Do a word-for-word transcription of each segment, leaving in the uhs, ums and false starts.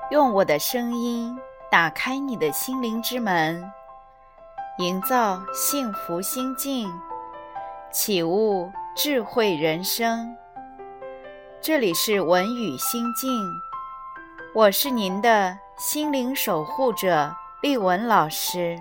用我的声音打开你的心灵之门，营造幸福心境，启悟智慧人生。这里是文语心境，我是您的心灵守护者丽文老师。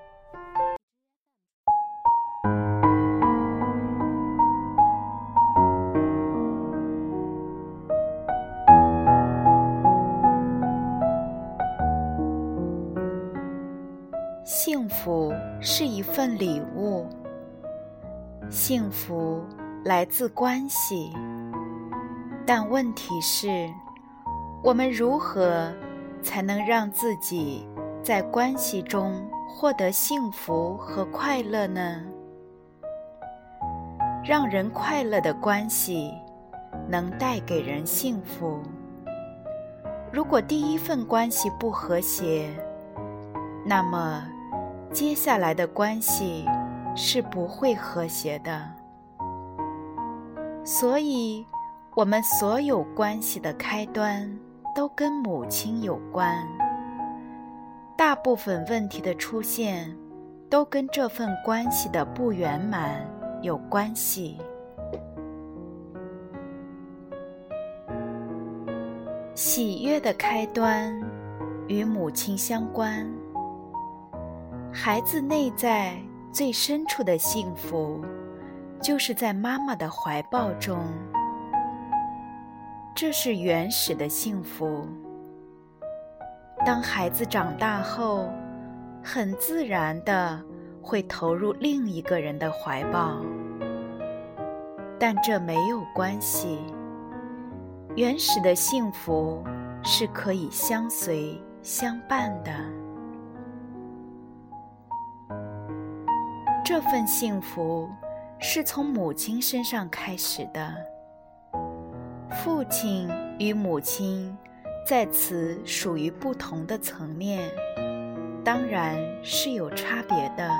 幸福是一份礼物，幸福来自关系，但问题是，我们如何才能让自己在关系中获得幸福和快乐呢？让人快乐的关系能带给人幸福。如果第一份关系不和谐，那么接下来的关系是不会和谐的。所以，我们所有关系的开端都跟母亲有关。大部分问题的出现都跟这份关系的不圆满有关系。喜悦的开端与母亲相关。孩子内在最深处的幸福，就是在妈妈的怀抱中。这是原始的幸福。当孩子长大后，很自然地会投入另一个人的怀抱。但这没有关系。原始的幸福是可以相随相伴的。这份幸福是从母亲身上开始的。父亲与母亲在此属于不同的层面，当然是有差别的。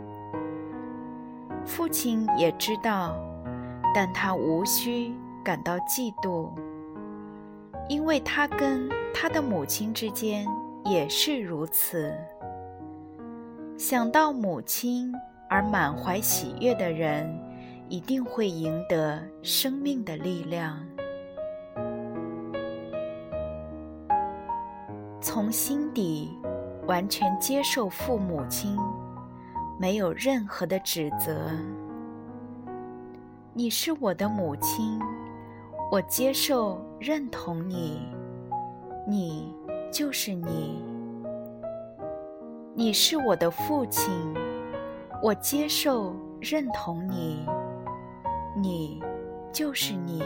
父亲也知道，但他无需感到嫉妒，因为他跟他的母亲之间也是如此。想到母亲而满怀喜悦的人，一定会赢得生命的力量。从心底完全接受父母亲，没有任何的指责。你是我的母亲，我接受认同你，你就是你。你是我的父亲，我接受认同你，你就是你。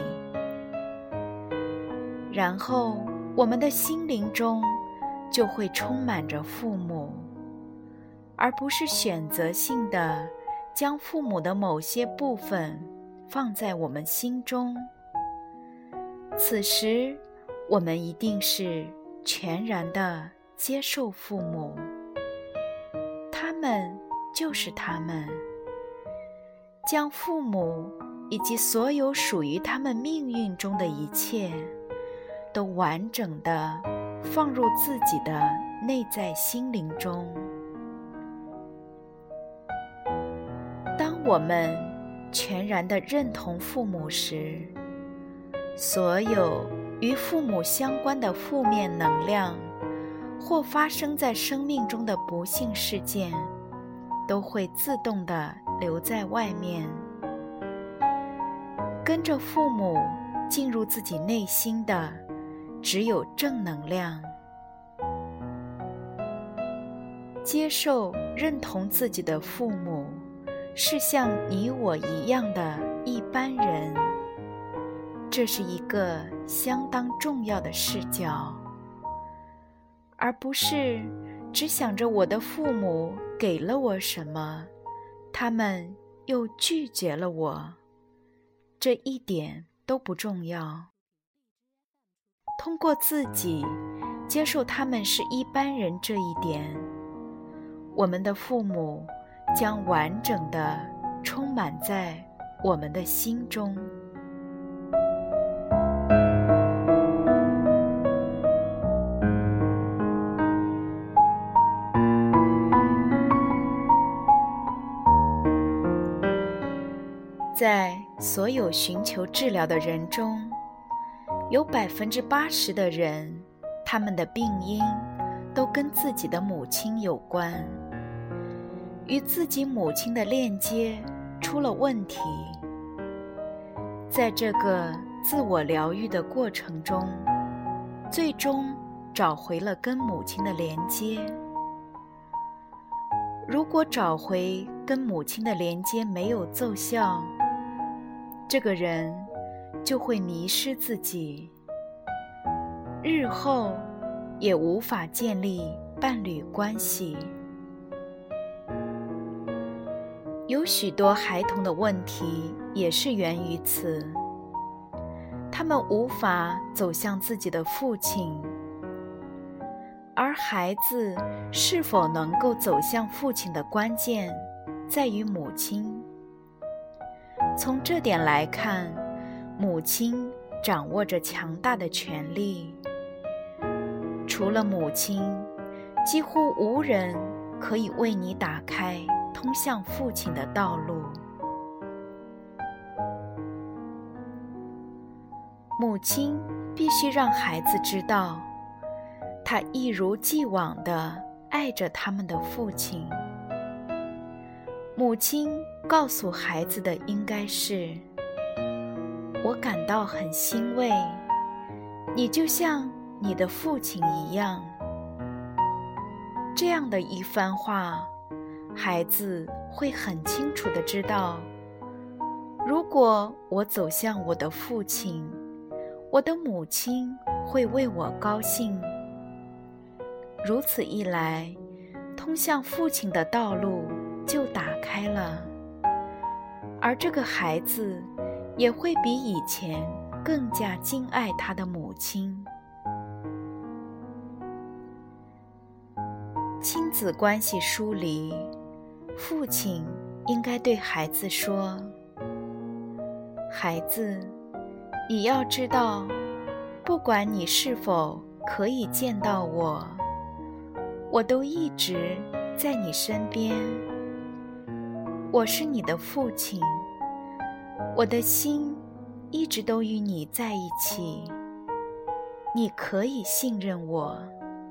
然后我们的心灵中就会充满着父母，而不是选择性的将父母的某些部分放在我们心中。此时我们一定是全然的接受父母，他们就是他们，将父母以及所有属于他们命运中的一切都完整地放入自己的内在心灵中。当我们全然地认同父母时，所有与父母相关的负面能量或发生在生命中的不幸事件都会自动地留在外面，跟着父母进入自己内心的只有正能量。接受认同自己的父母是像你我一样的一般人，这是一个相当重要的视角，而不是只想着我的父母给了我什么，他们又拒绝了我，这一点都不重要。通过自己接受他们是一般人这一点，我们的父母将完整地充满在我们的心中。 在所有寻求治疗的人中，有百分之八十的人，他们的病因都跟自己的母亲有关，与自己母亲的链接出了问题。在这个自我疗愈的过程中，最终找回了跟母亲的连接。如果找回跟母亲的连接没有奏效，这个人就会迷失自己，日后也无法建立伴侣关系。有许多孩童的问题也是源于此，他们无法走向自己的父亲，而孩子是否能够走向父亲的关键在于母亲。从这点来看，母亲掌握着强大的权力，除了母亲，几乎无人可以为你打开通向父亲的道路。母亲必须让孩子知道，她一如既往地爱着他们的父亲。母亲告诉孩子的应该是：我感到很欣慰，你就像你的父亲一样。这样的一番话，孩子会很清楚地知道，如果我走向我的父亲，我的母亲会为我高兴。如此一来，通向父亲的道路就打开了，而这个孩子也会比以前更加敬爱他的母亲。亲子关系疏离，父亲应该对孩子说：孩子，你要知道，不管你是否可以见到我，我都一直在你身边。我是你的父亲，我的心一直都与你在一起，你可以信任我。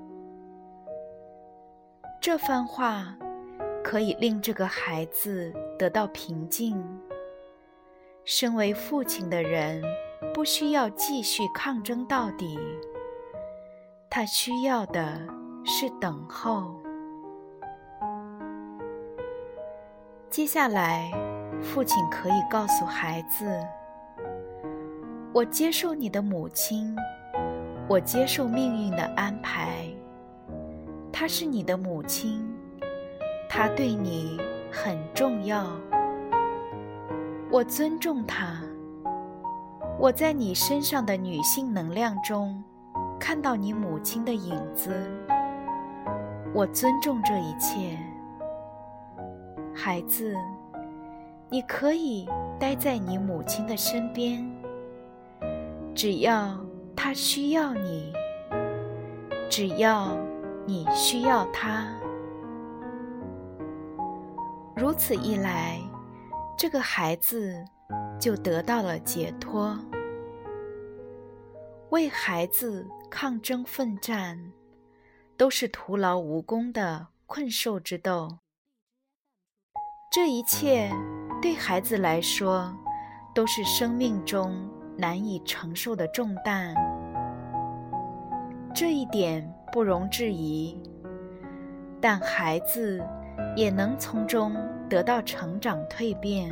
这番话可以令这个孩子得到平静。身为父亲的人不需要继续抗争到底，他需要的是等候。接下来，父亲可以告诉孩子：我接受你的母亲，我接受命运的安排。她是你的母亲，她对你很重要。我尊重她。我在你身上的女性能量中看到你母亲的影子。我尊重这一切。孩子，你可以待在你母亲的身边，只要她需要你，只要你需要她。如此一来，这个孩子就得到了解脱。为孩子抗争奋战，都是徒劳无功的困兽之斗。这一切对孩子来说，都是生命中难以承受的重担。这一点不容置疑，但孩子也能从中得到成长蜕变。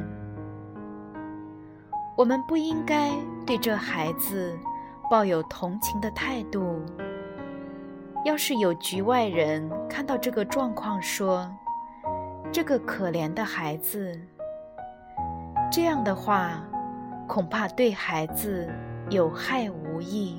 我们不应该对这孩子抱有同情的态度。要是有局外人看到这个状况说，这个可怜的孩子，这样的话，恐怕对孩子有害无益。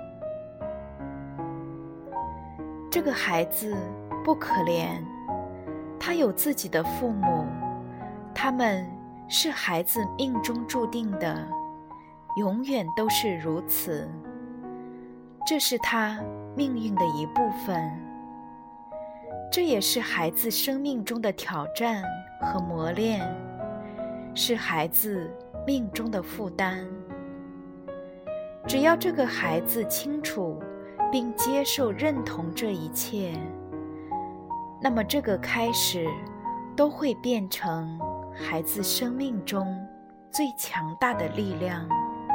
这个孩子不可怜，他有自己的父母，他们是孩子命中注定的，永远都是如此。这是他命运的一部分，这也是孩子生命中的挑战和磨练，是孩子命中的负担。只要这个孩子清楚并接受认同这一切，那么这个开始都会变成孩子生命中最强大的力量。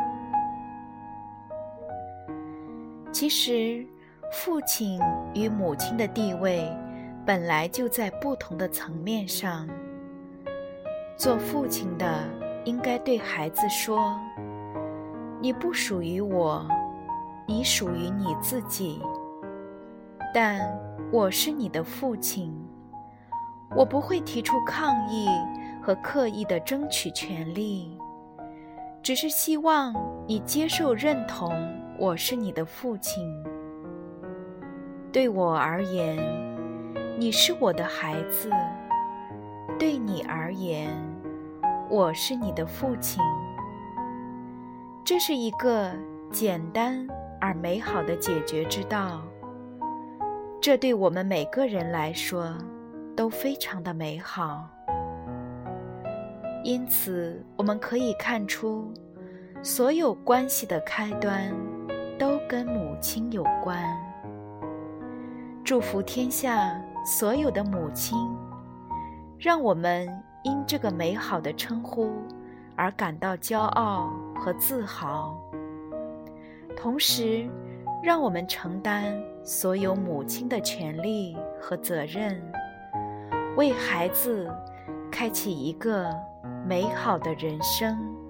其实，父亲与母亲的地位本来就在不同的层面上。做父亲的应该对孩子说：你不属于我，你属于你自己，但我是你的父亲，我不会提出抗议和刻意地争取权利，只是希望你接受认同我是你的父亲。对我而言，你是我的孩子，对你而言，我是你的父亲。这是一个简单而美好的解决之道，这对我们每个人来说都非常的美好。因此，我们可以看出，所有关系的开端都跟母亲有关。祝福天下所有的母亲，让我们因这个美好的称呼而感到骄傲和自豪，同时让我们承担所有母亲的权利和责任，为孩子开启一个美好的人生。